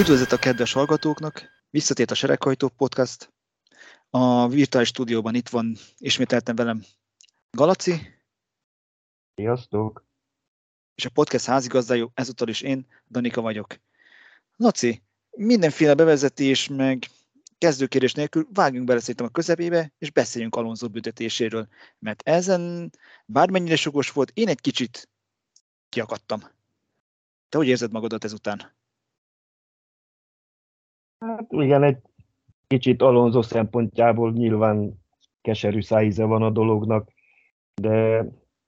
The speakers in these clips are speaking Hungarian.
Üdvözlet a kedves hallgatóknak! Visszatért a Sereghajtó Podcast. A virtuális stúdióban itt van ismételten velem Galaci. Sziasztok! És a podcast házigazdája ezúttal is én, Danika vagyok. Laci, mindenféle bevezetés meg kezdőkérés nélkül vágjunk bele szerintem a közepébe, és beszéljünk Alonso büntetéséről, mert ezen bármennyire sokos volt, én egy kicsit kiakadtam. Te hogy érzed magadat ezután? Hát igen, egy kicsit Alonso szempontjából nyilván keserű szájíze van a dolognak, de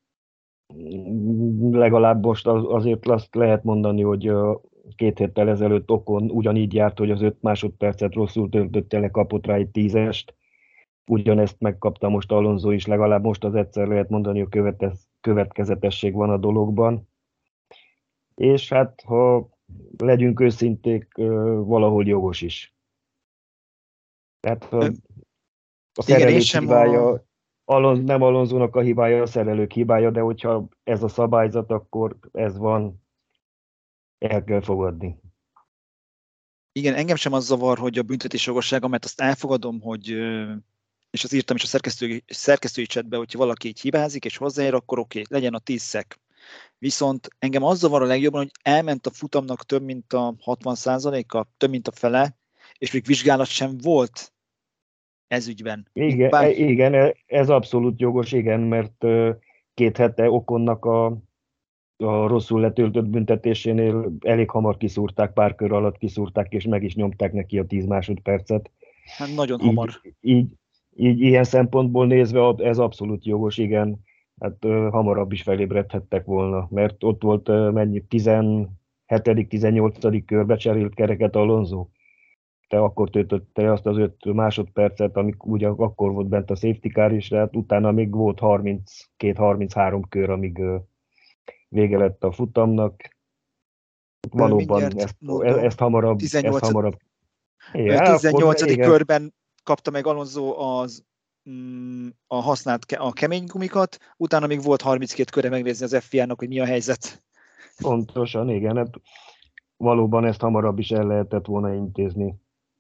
legalább most azért azt lehet mondani, hogy 2 héttel ezelőtt Ocon ugyanígy járt, hogy az 5 másodpercet rosszul töltötte le, kapott rá egy 10-est. Ugyanezt megkapta most Alonso is, legalább most az egyszer lehet mondani, hogy következetesség van a dologban. És hát, ha legyünk őszinték, valahol jogos is. Tehát a szerelők hibája, nem Alonsónak a hibája, a szerelők hibája, de hogyha ez a szabályzat, akkor ez van, el kell fogadni. Igen, engem sem az zavar, hogy a büntetés jogossága, mert azt elfogadom, hogy, és azt írtam is a szerkesztői chatbe, hogyha valaki így hibázik és hozzáér, akkor oké, legyen a 10 szek. Viszont engem az zavar a legjobban, hogy elment a futamnak több mint a 60%-a, több mint a fele, és még vizsgálat sem volt ez ügyben. Igen, ez abszolút jogos, igen, mert 2 hete Oconnak a rosszul letöltött büntetésénél elég hamar kiszúrták, pár kör alatt kiszúrták, és meg is nyomták neki a 10 másodpercet. Hát nagyon hamar. Így ilyen szempontból nézve ez abszolút jogos, igen. Hát hamarabb is felébredhettek volna, mert ott volt mennyi, 17.-18. körbe cserélt kereket Alonso. Te akkor töltötte azt az 5 másodpercet, amik ugye akkor volt bent a safety car is, hát utána még volt 32-33 kör, amíg vége lett a futamnak. Valóban ezt hamarabb... 18. Igen, körben kapta meg Alonso a használt a kemény gumikat, utána még volt 32 körre megnézni az FIA-nak, hogy mi a helyzet. Pontosan, igen. Hát valóban ezt hamarabb is el lehetett volna intézni.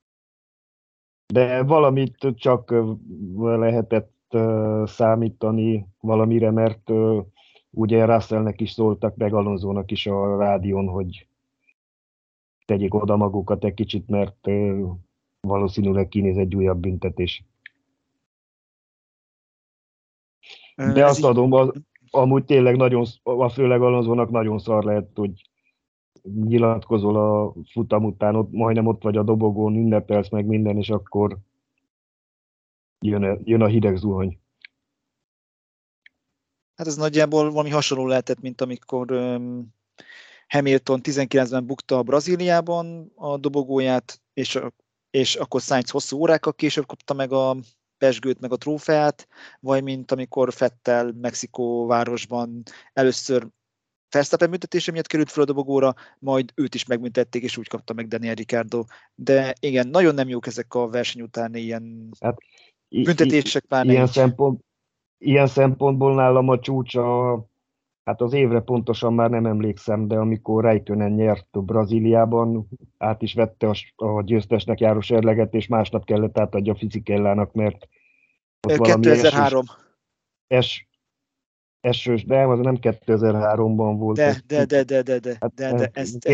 De valamit csak lehetett számítani valamire, mert ugye Russellnek is szóltak, meg Alonsónak is a rádión, hogy tegyék oda magukat egy kicsit, mert valószínűleg kinéz egy újabb büntetés. De azt adom, amúgy tényleg nagyon, főleg Alonsónak nagyon szar lehet, hogy nyilatkozol a futam után, majdnem ott vagy a dobogón, ünnepelsz meg minden, és akkor jön a hideg zuhany. Hát ez nagyjából valami hasonló lehetett, mint amikor Hamilton 19-ben bukta a Brazíliában a dobogóját, és akkor Sainz hosszú órákkal később kapta meg a pezsgőt, meg a trófeát, vagy mint amikor Vettel Mexikó városban először Verstappen büntetése miatt került fel a dobogóra, majd őt is megbüntették, és úgy kapta meg Daniel Ricciardo. De igen, nagyon nem jók ezek a verseny utáni ilyen büntetések, pláne ilyen szempontból nálam a csúcsa, hát az évre pontosan már nem emlékszem, de amikor Räikkönen nyert Brazíliában, át is vette a győztesnek járó serleget, és másnap kellett átadja Fisicellának, mert ott 2003. Esős, de az nem 2003-ban volt. De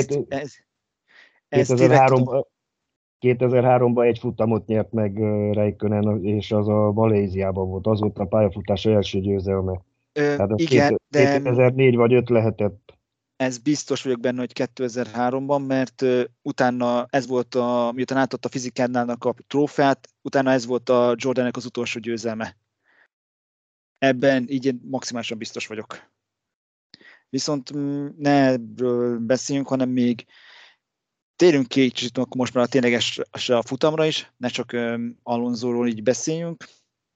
ez 2003-ban egy futamot nyert meg Räikkönen, és az a Maléziában volt. Az volt a pályafutása első győzelme. Tehát igen, 2004 vagy 5 lehetett. Ez biztos vagyok benne, hogy 2003-ban, mert utána ez volt, miután átadta a Fisicellának a trófeát, utána ez volt a Jordannek az utolsó győzelme. Ebben így maximálisan biztos vagyok. Viszont ne erről beszéljünk, hanem még térjünk ki kicsit akkor most már ténylegesre a futamra is, ne csak Alonsóról így beszéljünk.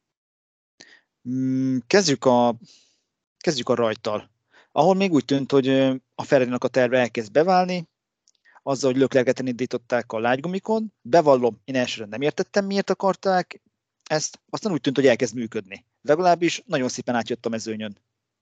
Kezdjük a rajttal, ahol még úgy tűnt, hogy a Ferrarinak a terve elkezd beválni, azzal, hogy Leclercet indították a lágygumikon. Bevallom, én elsőre nem értettem, miért akarták ezt, aztán úgy tűnt, hogy elkezd működni. Legalábbis nagyon szépen átjött a mezőnyön.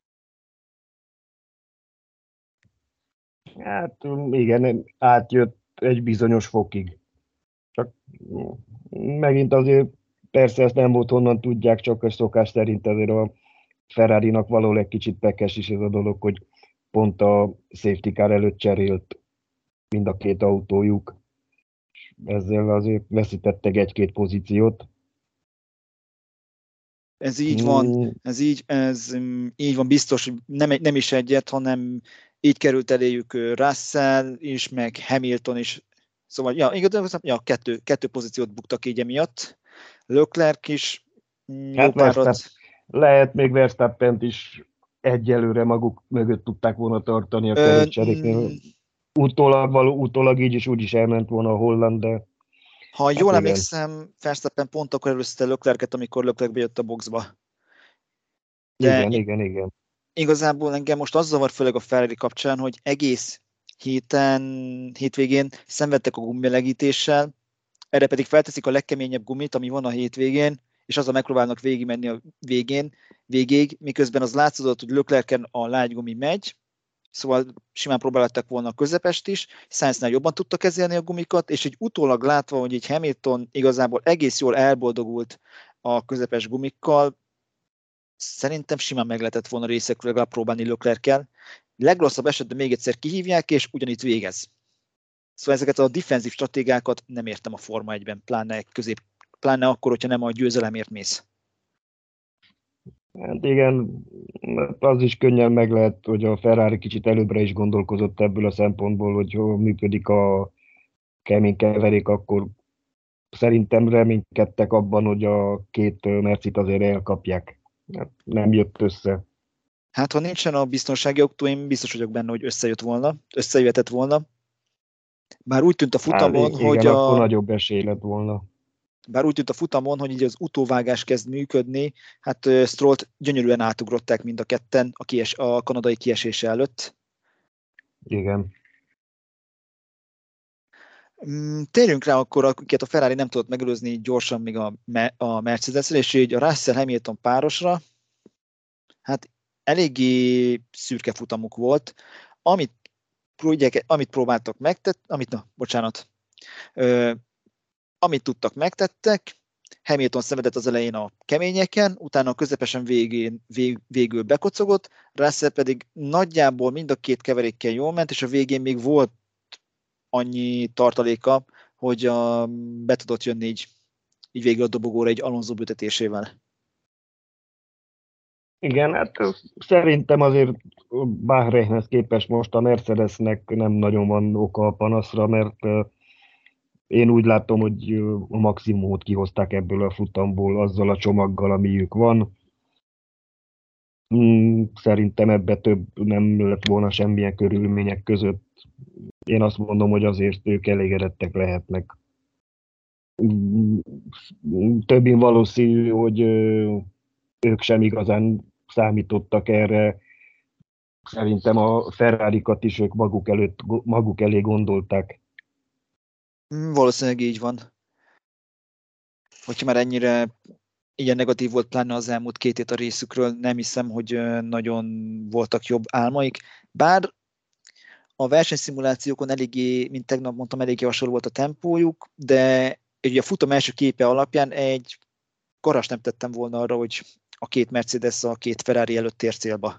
Hát igen, átjött, egy bizonyos fokig. Csak megint azért persze ezt nem volt honnan tudják, csak a szokás szerint azért a Ferrari-nak valahol egy kicsit pekes is ez a dolog, hogy pont a safety car előtt cserélt mind a két autójuk. Ezzel azért veszítettek egy-két pozíciót. Ez így van, ez így van, biztos, hogy nem is egyet, hanem így került eléjük Russell is, meg Hamilton is. Szóval, igazából kettő pozíciót buktak így emiatt. Leclerc is jó párat. Lehet még Verstappent is egyelőre maguk mögött tudták volna tartani a kerékcseréknél. Utólag így is úgy is elment volna a holland, de... Ha jól emlékszem, Verstappen pont akkor előzte Leclerc-et, amikor Leclerc bejött a boxba. De igen. Igazából engem most az zavar, főleg a Ferrari kapcsán, hogy egész hétvégén szenvedtek a gumimelegítéssel, erre pedig felteszik a legkeményebb gumit, ami van a hétvégén, és azzal megpróbálnak végigmenni a végig, miközben az látszódott, hogy Leclerc-en a lágy gumi megy, szóval simán próbálták volna a közepest is, Sainznál jobban tudta kezelni a gumikat, és egy utólag látva, hogy egy Hamilton igazából egész jól elboldogult a közepes gumikkal, szerintem simán meg lehetett volna részekről legalább próbálni Leclerc-kel. Legrosszabb esetben még egyszer kihívják, és ugyanitt végez. Szóval ezeket a defenzív stratégiákat nem értem a Forma 1-ben, pláne akkor, hogyha nem a győzelemért mész. Hát igen, az is könnyen meg lehet, hogy a Ferrari kicsit előbbre is gondolkozott ebből a szempontból, hogy jól működik a kemény keverék, akkor szerintem reménykedtek abban, hogy a két Mercit azért elkapják. Nem jött össze. Hát, ha nincsen a biztonsági autó, én biztos vagyok benne, hogy összejöhetett volna. Bár úgy tűnt a futamon, igen, hogy akkor nagyobb esély lett volna. Bár úgy tűnt a futamon, hogy így az utóvágás kezd működni, hát Strollt gyönyörűen átugrották mind a ketten a kanadai kiesése előtt. Igen. Térjünk rá akkor, akiket a Ferrari nem tudott megelőzni gyorsan még a Mercedes-re, és így a Russell-Hamilton párosra, hát eléggé szürke futamuk volt, amit próbáltak amit tudtak, megtettek. Hamilton szenvedett az elején a keményeken, utána a közepesen végül bekocogott, Russell pedig nagyjából mind a két keverékkel jól ment, és a végén még volt annyi tartaléka, hogy be tudott jönni így végül a dobogóra egy Alonso büntetésével. Igen, hát szerintem azért Bahreinhez képest most a Mercedesnek nem nagyon van oka a panaszra, mert én úgy látom, hogy a maximumot kihozták ebből a futamból azzal a csomaggal, amiük van. Szerintem ebbe több nem lett volna semmilyen körülmények között. Én azt mondom, hogy azért ők elégedettek lehetnek. Többin valószínű, hogy ők sem igazán számítottak erre. Szerintem a Ferrarikat is ők maguk elé gondolták. Valószínűleg így van. Hogyha már ennyire ilyen negatív volt pláne az elmúlt 2 hét a részükről, nem hiszem, hogy nagyon voltak jobb álmaik. Bár a versenyszimulációkon eléggé, mint tegnap mondtam, eléggé hasonló volt a tempójuk, de ugye a futam első képe alapján egy garast nem tettem volna arra, hogy a két Mercedes a két Ferrari előtt tér célba.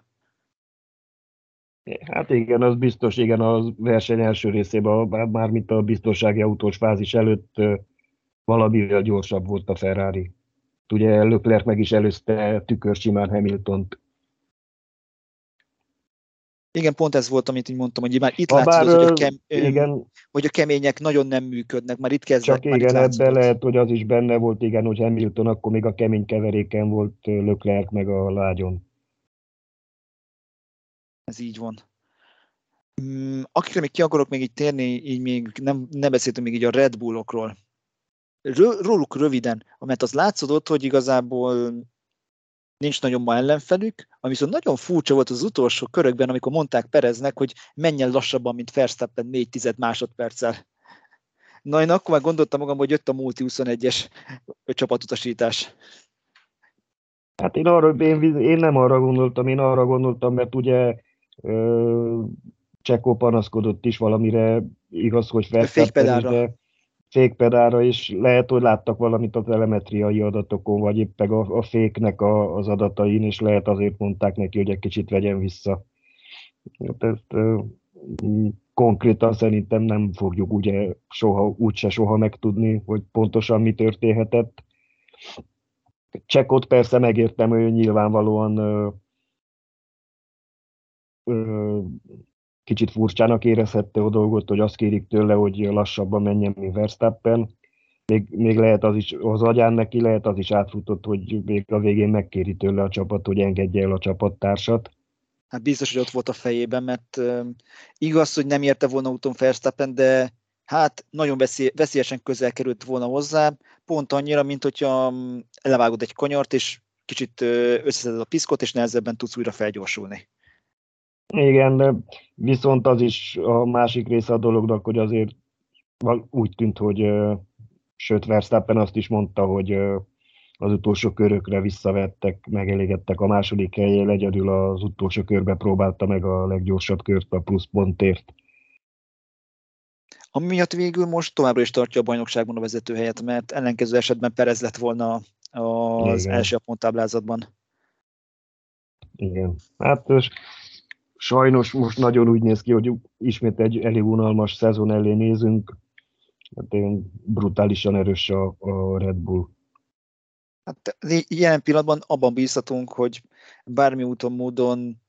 Hát igen, az biztos, igen, a verseny első részében, mármint a biztonsági autós fázis előtt valamivel gyorsabb volt a Ferrari. Ugye Leclerc meg is előzte tükörsimán Hamiltont. Igen, pont ez volt, amit így mondtam, hogy már itt látszott, hogy a kemények nagyon nem működnek, már itt kezdett. Csak igen, ebben lehet, hogy az is benne volt, igen, hogy Hamilton akkor még a kemény keveréken volt Leclerc meg a lágyon. Ez így van. Akikre még ki akarok még így térni, így még nem beszéltünk még így a Red Bullokról. Róluk röviden, mert az látszódott, hogy igazából nincs nagyon ma ellenfelük, ami viszont nagyon furcsa volt az utolsó körökben, amikor mondták Pereznek, hogy menjen lassabban, mint Verstappen 4 másodperccel. Na, én akkor már gondoltam magam, hogy jött a Multi 21-es csapatutasítás. Hát én nem arra gondoltam, mert ugye Csekó panaszkodott is valamire, igaz, hogy Verstappen is, Fékpedálra. de fékpedára is lehet, hogy láttak valamit a telemetriai adatokon, vagy éppen a féknek az adatain, és lehet azért mondták neki, hogy egy kicsit vegyen vissza. Hát ezt konkrétan szerintem nem fogjuk úgyse soha megtudni, hogy pontosan mi történhetett. Csekot persze megértem, hogy nyilvánvalóan ö, kicsit furcsának érezhette a dolgot, hogy azt kérik tőle, hogy lassabban menjen, mint Verstappen. Még lehet az is, az agyán neki lehet az is átfutott, hogy még a végén megkéri tőle a csapat, hogy engedje el a csapattársat. Hát biztos, hogy ott volt a fejében, mert igaz, hogy nem érte volna úton Verstappen, de hát nagyon veszélyesen közel került volna hozzá, pont annyira, mint hogyha levágod egy kanyart, és kicsit összeszeded a piszkot, és nehezebben tudsz újra felgyorsulni. Igen, de viszont az is a másik része a dolognak, hogy azért úgy tűnt, hogy sőt, Verstappen azt is mondta, hogy az utolsó körökre visszavettek, megelégedtek a második helyén, egyedül az utolsó körbe próbálta meg a leggyorsabb kört a pluszpontért. Ami miatt végül most továbbra is tartja a bajnokságban a vezetőhelyet, mert ellenkező esetben Perez lett volna az Igen, első a ponttáblázatban. igen. Hát sajnos most nagyon úgy néz ki, hogy ismét egy elég unalmas szezon elé nézünk. Hát én brutálisan erős a Red Bull. Hát jelen pillanatban abban bízhatunk, hogy bármi úton, módon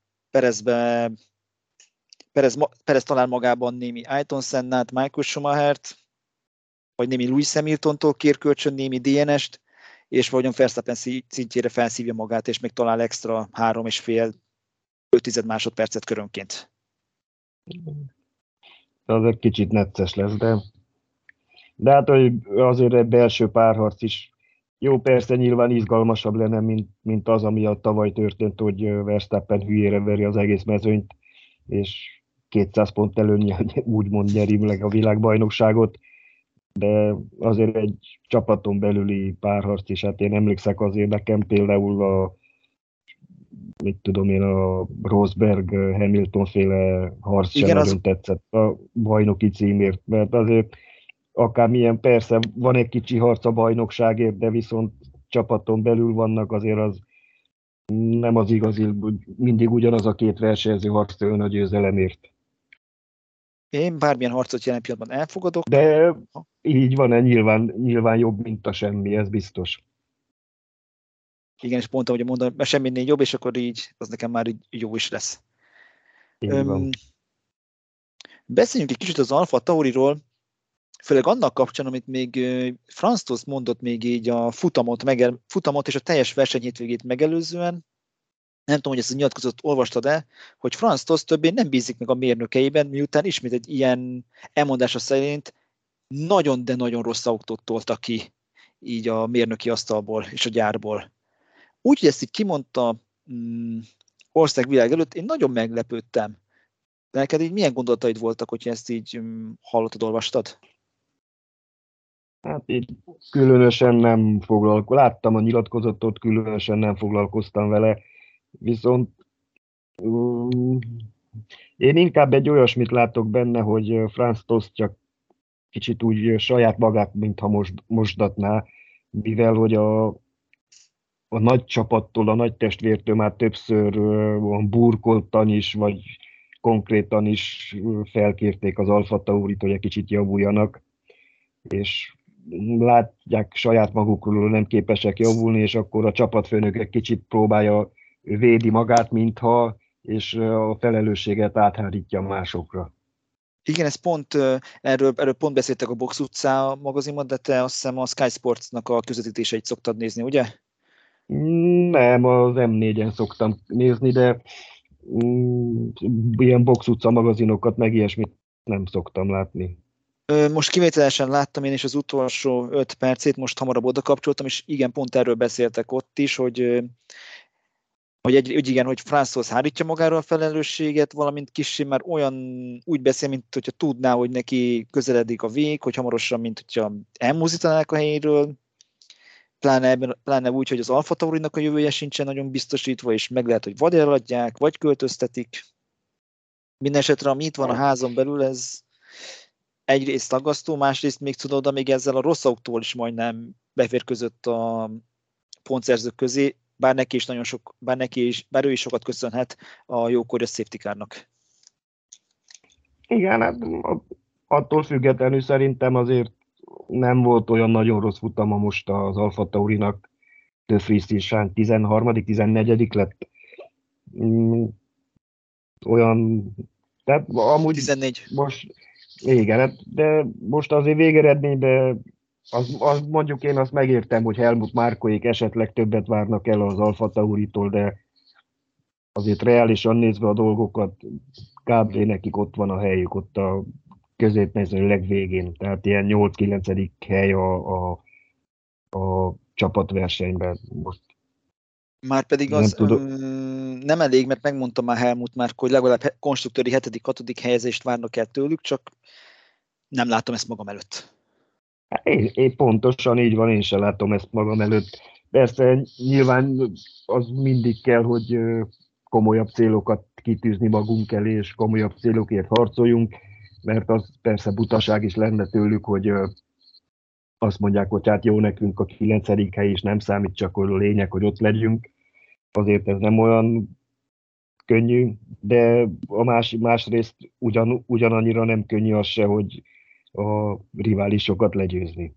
Perez talál magában némi Ayrton Sennát, Michael Schumachert, vagy némi Lewis Hamiltontól kér kölcsön némi DNS-t, és vagyon Verstappen szintjére felszívja magát, és még talál extra 3,5-5 másodpercet körönként. Az egy kicsit necces lesz, de hát hogy azért egy belső párharc is jó, persze nyilván izgalmasabb lenne, mint az, ami a tavaly történt, hogy Verstappen hülyére veri az egész mezőnyt, és 200 pont előnnyel úgymond nyeri meg a világbajnokságot, de azért egy csapaton belüli párharc is, hát én emlékszek azért nekem például mit tudom én, a Rosberg-Hamilton féle harc sem Igen, nagyon tetszett a bajnoki címért, mert azért akármilyen, persze van egy kicsi harc a bajnokságért, de viszont csapaton belül vannak, azért az nem az igazi, mindig ugyanaz a két versenyző harcoljon a győzelemért. én bármilyen harcot jelen pillanatban elfogadok. De így van-e, nyilván jobb, mint a semmi, ez biztos. Igen, és pont ahogy mondom, mert semminél jobb, és akkor így, az nekem már így jó is lesz. Így van. Beszéljünk egy kicsit az Alfa Tauriról, főleg annak kapcsán, amit még Franz Tost mondott még így a futamot és a teljes versenyhétvégét megelőzően. Nem tudom, hogy ezt a nyilatkozatot olvastad-e, hogy Franz Tost többé nem bízik meg a mérnökeiben, miután ismét egy ilyen elmondása szerint nagyon, de nagyon rossz autót toltak ki így a mérnöki asztalból és a gyárból. Úgy, hogy ezt így kimondta országvilág előtt, én nagyon meglepődtem. De neked így milyen gondolataid voltak, hogyha ezt így hallottad, olvastad? Hát így különösen nem foglalkoztam, láttam a nyilatkozatot, különösen nem foglalkoztam vele, viszont én inkább egy olyasmit látok benne, hogy Franz Tost csak kicsit úgy saját magát, mintha mosdatná, mivel hogy a nagy csapattól, a nagy testvértől már többször burkoltan is, vagy konkrétan is felkérték az Alfa Taurit, hogy egy kicsit javuljanak, és látják saját magukról nem képesek javulni, és akkor a csapatfőnök egy kicsit próbálja, védi magát, mintha, és a felelősséget áthárítja másokra. Igen, ez pont, erről pont beszéltek a Box utcá magazinban, de te azt hiszem a Sky Sportsnak a közvetítéseit szoktad nézni, ugye? Nem, az M4-en szoktam nézni, de ilyen Box utca magazinokat, meg ilyesmit nem szoktam látni. Most kivételesen láttam én is az utolsó 5 percét, most hamarabb oda kapcsoltam, és igen, pont erről beszéltek ott is, hogy Franzhoz hárítja magáról a felelősséget, valamint kicsi már úgy beszél, mint hogyha tudná, hogy neki közeledik a vég, hogy hamarosan, mint hogyha elmozdítanák a helyéről, pláne úgy, hogy az Alfa Taurinak a jövője sincsen nagyon biztosítva, és meg lehet, hogy vagy eladják, vagy költöztetik. Mindenesetre, ami itt van a házon belül, ez egyrészt aggasztó, másrészt még tudod, de még ezzel a rossz autóval is majdnem beférközött a pontszerzők közé, bár ő is sokat köszönhet a jókorja safety car-nak. Igen, hát attól függetlenül szerintem azért nem volt olyan nagyon rossz futama most az Alfa Taurinak. De Vries is 13., 14. lett. Olyan, tehát amúgy 14. most, igen, hát, de most azért végeredményben az mondjuk én azt megértem, hogy Helmut Márkoék esetleg többet várnak el az Alfa Tauritól, de azért reálisan nézve a dolgokat, kb. Nekik ott van a helyük, ott a középmezőny legvégén, tehát ilyen 8-9. hely a csapatversenyben. Most Márpedig nem az tudom. nem elég, mert megmondta már Helmut Márk, hogy legalább konstruktőri 7.-6. helyezést várnak el tőlük, csak nem látom ezt magam előtt. Én pontosan így van, én sem látom ezt magam előtt. Persze nyilván az mindig kell, hogy komolyabb célokat kitűzni magunk elé, és komolyabb célokért harcoljunk, mert az persze butaság is lenne tőlük, hogy azt mondják, hogy hát jó, nekünk a 9. hely is nem számít, csak a lényeg, hogy ott legyünk. Azért ez nem olyan könnyű, de a másrészt ugyanannyira nem könnyű az se, hogy a riválisokat legyőzni.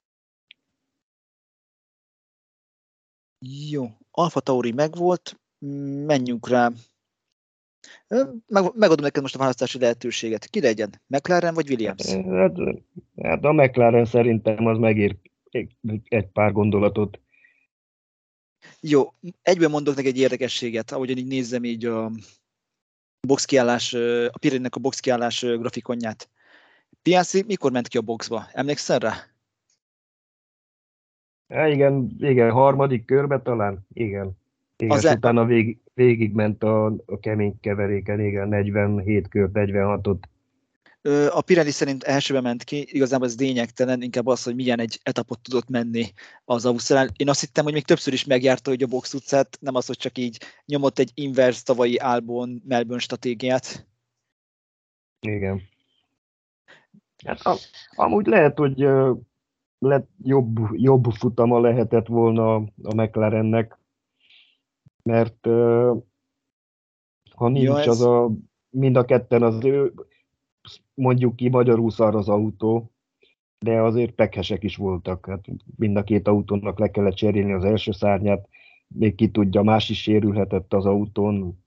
Jó, Alfa Tauri megvolt, menjünk rá. Megadom neked most a választási lehetőséget. Ki legyen? McLaren vagy Williams? Hát a McLaren szerintem az megér egy pár gondolatot. Jó, egyben mondok neked egy érdekességet, ahogyan így nézzem így a boxkiállás, a Pirellinek a boxkiállás grafikonját. Piastri mikor ment ki a boxba? Emlékszel rá? Igen, 3. körbe talán, igen. És utána végigment a kemény keveréken, igen, 47 kört, 46-ot. A Pirelli szerint elsőbe ment ki, igazából ez lényegtelen, inkább az, hogy milyen egy etapot tudott menni az Ausztrál. Én azt hittem, hogy még többször is megjárta, hogy a box utcát, nem az, hogy csak így nyomott egy inverse tavalyi Albon Melbourne stratégiát. Igen. Hát amúgy lehet, hogy jobb futama lehetett volna a McLarennek, mert ha nincs Ja, mind a ketten az ő, mondjuk ki magyarul szar az autó, de azért pekhesek is voltak. Hát mind a két autónak le kellett cserélni az első szárnyát, még ki tudja, más is sérülhetett az autón.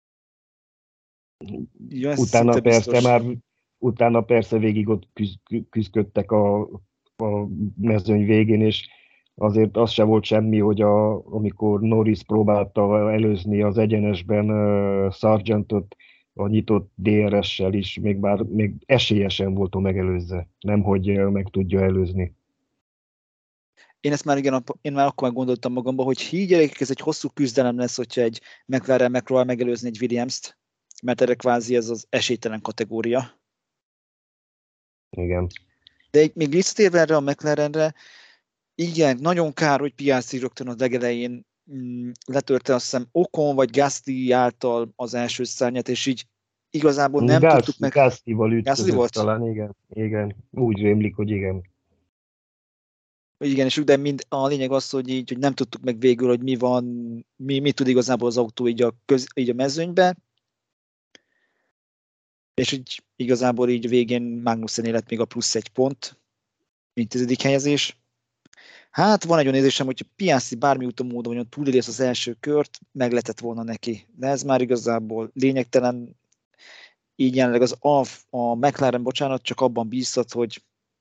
Utána persze végig ott küzdöttek a mezőny végén, és azért az se volt semmi, hogy amikor Norris próbálta előzni az egyenesben Sargentot, a nyitott DRS-sel is, még esélyesen volt, hogy megelőzze, nem hogy meg tudja előzni. Én már akkor gondoltam magamba, hogy gyerekek, ez egy hosszú küzdelem lesz, hogyha egy McLaren megpróbál megelőzni egy Williams-t, mert erre kvázi ez az esélytelen kategória. Igen. De még visszatérve erre a McLarenre, igen, nagyon kár, hogy Piastri rögtön a legelején letörte, azt hiszem Ocon vagy Gasly által az első szárnyat, és így igazából nem tudtuk meg... Gasly-val ütközött talán, igen. Úgy rémlik, hogy igen. Igen, és de a lényeg az, hogy nem tudtuk meg végül, hogy mi van, mi tud igazából az autó így a mezőnybe, és így igazából így végén Magnussen élet még a plusz 1 pont, mint 10. helyezés. Hát van egy olyan érzésem, hogy Piastri bármi úton módon, hogy túléli az első kört, meg lehetett volna neki. De ez már igazából lényegtelen. Így jelenleg a McLaren, bocsánat, csak abban bízhat, hogy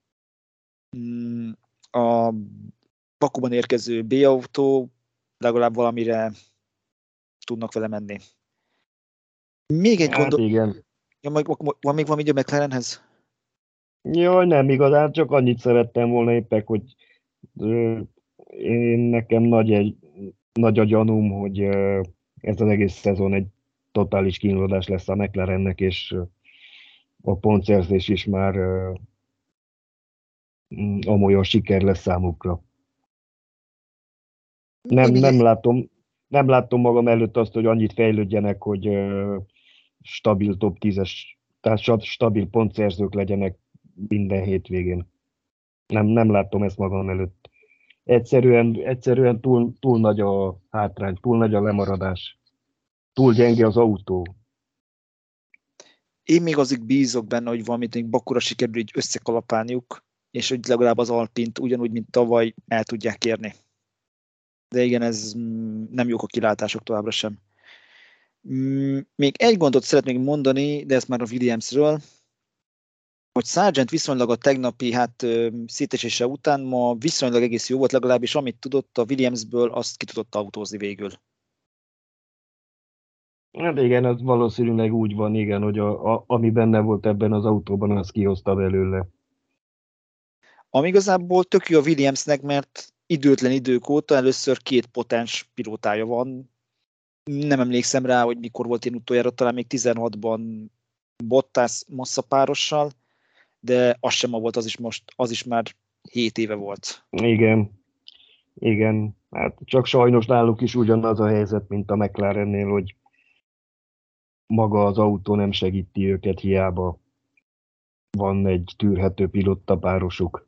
a Bakuban érkező B-autó legalább valamire tudnak vele menni. Még egy gondolat. Igen. Ja, van még valami a McLarenhez? Jaj, nem igazán, csak annyit szerettem volna éppen, hogy nekem nagy a gyanúm, hogy ez az egész szezon egy totális kínlódás lesz a McLarennek, és a pontszerzés is már amolyan siker lesz számukra. Nem látom magam előtt azt, hogy annyit fejlődjenek, hogy stabil top 10-es, tehát stabil pontszerzők legyenek minden hétvégén. Nem látom ezt magam előtt. Egyszerűen túl nagy a hátrány, túl nagy a lemaradás. Túl gyenge az autó. Én még azért bízok benne, hogy valamit még Bakura sikerül így összekalapálniuk, és hogy legalább az Alpint ugyanúgy, mint tavaly el tudják érni. De igen, ez nem jók a kilátások továbbra sem. Még egy gondot szeretnék mondani, de ez már a Williamsről, hogy Sargent viszonylag a tegnapi szétesése után ma viszonylag egész jó volt, legalábbis amit tudott a Williamsből, azt ki tudott autózni végül. Hát igen, az valószínűleg úgy van, igen, hogy ami benne volt ebben az autóban, az kihozta belőle. Ami igazából tök jó a Williamsnek, mert időtlen idők óta először 2 potens pilótája van. Nem emlékszem rá, hogy mikor volt én utoljára, talán még 16-ban Bottas Massa párossal, de az sem ma volt, az is már 7 éve volt. Igen. Hát csak sajnos náluk is ugyanaz a helyzet, mint a McLarennél, hogy maga az autó nem segíti őket, hiába van egy tűrhető pilóta párosuk.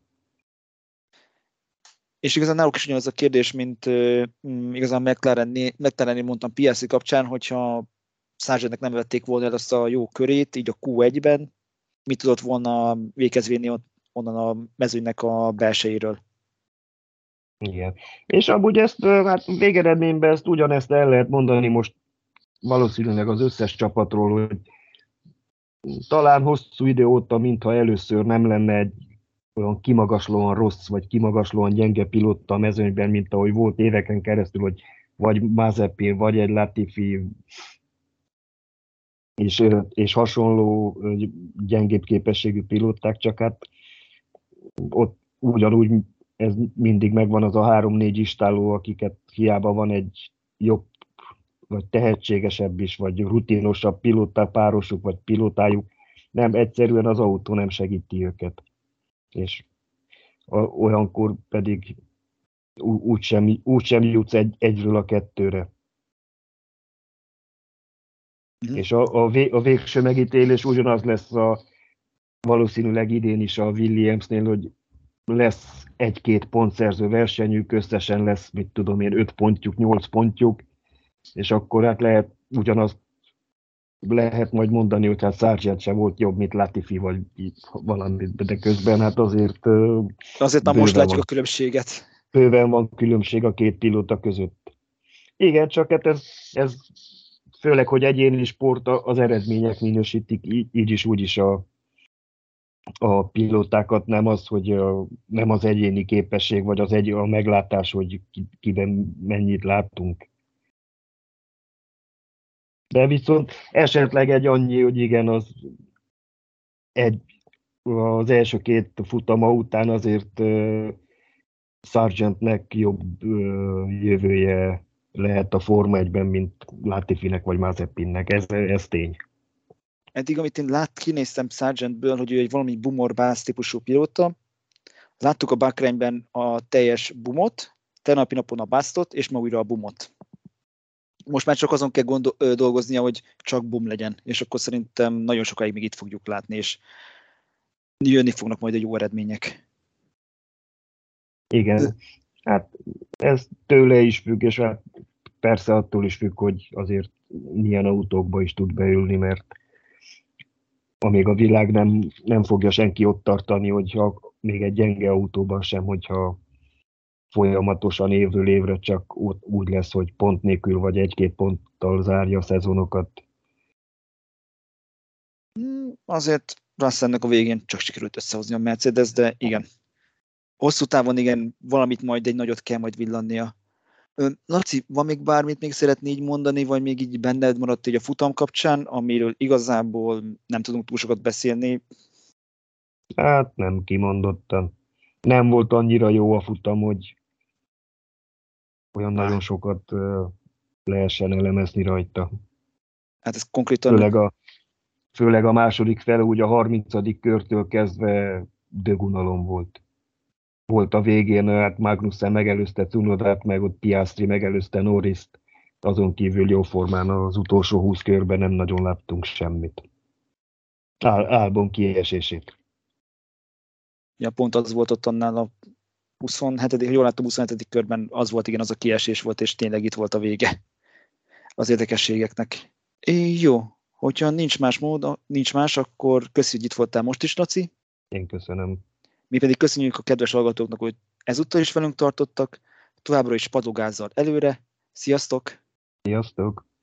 És igazán náluk is ugyanaz a kérdés, mint igazán McLarennél mondtam Piastri kapcsán, hogyha Sargentnek nem vették volna el azt a jó körét, így a Q1-ben, mit tudott volna végezni onnan a mezőnynek a belsejéről. Igen. És amúgy ezt, hát végeredményben ugyanezt el lehet mondani most valószínűleg az összes csapatról, hogy talán hosszú idő óta, mintha először nem lenne egy olyan kimagaslóan rossz, vagy kimagaslóan gyenge pilóta a mezőnyben, mint ahogy volt éveken keresztül, hogy vagy Mazepin, vagy egy Latifi, és hasonló gyengébb képességű pilóták, csak hát ott ugyanúgy ez mindig megvan az a 3-4 istáló, akiket hiába van egy jobb, vagy tehetségesebb is, vagy rutinosabb párosuk, vagy pilótájuk, nem, egyszerűen az autó nem segíti őket. És olyankor pedig úgysem jutsz egyről a kettőre. Mm-hmm. És a végső megítélés ugyanaz lesz valószínűleg idén is a Williamsnél, hogy lesz 1-2 pontszerző versenyük, összesen lesz, 5 pontjuk, 8 pontjuk, és akkor hát lehet majd mondani, hogy hát Sargent sem volt jobb, mint Latifi, vagy valami, de közben hát azért már most látjuk a különbséget. Bőven van különbség a 2 pilóta között. Igen, csak hát ez főleg, hogy egyéni sport, az eredmények minősítik, így is úgy is a pilótákat, nem az egyéni képesség, vagy a meglátás, hogy kiben mennyit láttunk. De viszont esetleg egy annyi, hogy igen, az első 2 futama után azért Sargentnek jobb jövője lehet a Forma 1-ben, mint Latifinek vagy Mazepinnek. Ez tény. Eddig, amit én kinéztem Sargentből, hogy ő egy valami bumorbász típusú pilóta, láttuk a Bakreinben a teljes bumot, tegnapi napon a basztot, és ma újra a bumot. Most már csak azon kell dolgoznia, hogy csak bum legyen, és akkor szerintem nagyon sokáig még itt fogjuk látni, és jönni fognak majd a jó eredmények. Igen, hát ez tőle is függ, és hát persze attól is függ, hogy azért milyen autókba is tud beülni, mert amíg a világ nem fogja senki ott tartani, hogyha még egy gyenge autóban sem, hogyha folyamatosan évről évre csak úgy lesz, hogy pont nélkül vagy 1-2 ponttal zárja a szezonokat. Azért Russellnek a végén csak sikerült összehozni a Mercedes, de igen. Hosszú távon igen, valamit majd egy nagyot kell majd villannia. Laci, van még bármit még szeretné így mondani, vagy még így benned maradt így a futam kapcsán, amiről igazából nem tudunk túl sokat beszélni? Hát nem kimondottan. Nem volt annyira jó a futam, hogy olyan nagyon sokat lehessen elemezni rajta. Hát ez konkrétan... Főleg a második fele, úgy a 30. körtől kezdve dögunalom volt. Volt a végén, hát Magnussen megelőzte Cunodát, meg ott Piastri megelőzte Norrist. azon kívül jó formán az utolsó 20 körben nem nagyon láttunk semmit. Albon kiesését. Ja, pont az volt ott annál a 27. Jól láttam, 27. körben az volt, igen, az a kiesés volt, és tényleg itt volt a vége az érdekességeknek. Jó, hogyha nincs más, akkor köszönjük, hogy itt voltál most is, Laci. Én köszönöm. Mi pedig köszönjük a kedves hallgatóknak, hogy ezúttal is velünk tartottak, továbbra is padogázzal előre. Sziasztok! Sziasztok!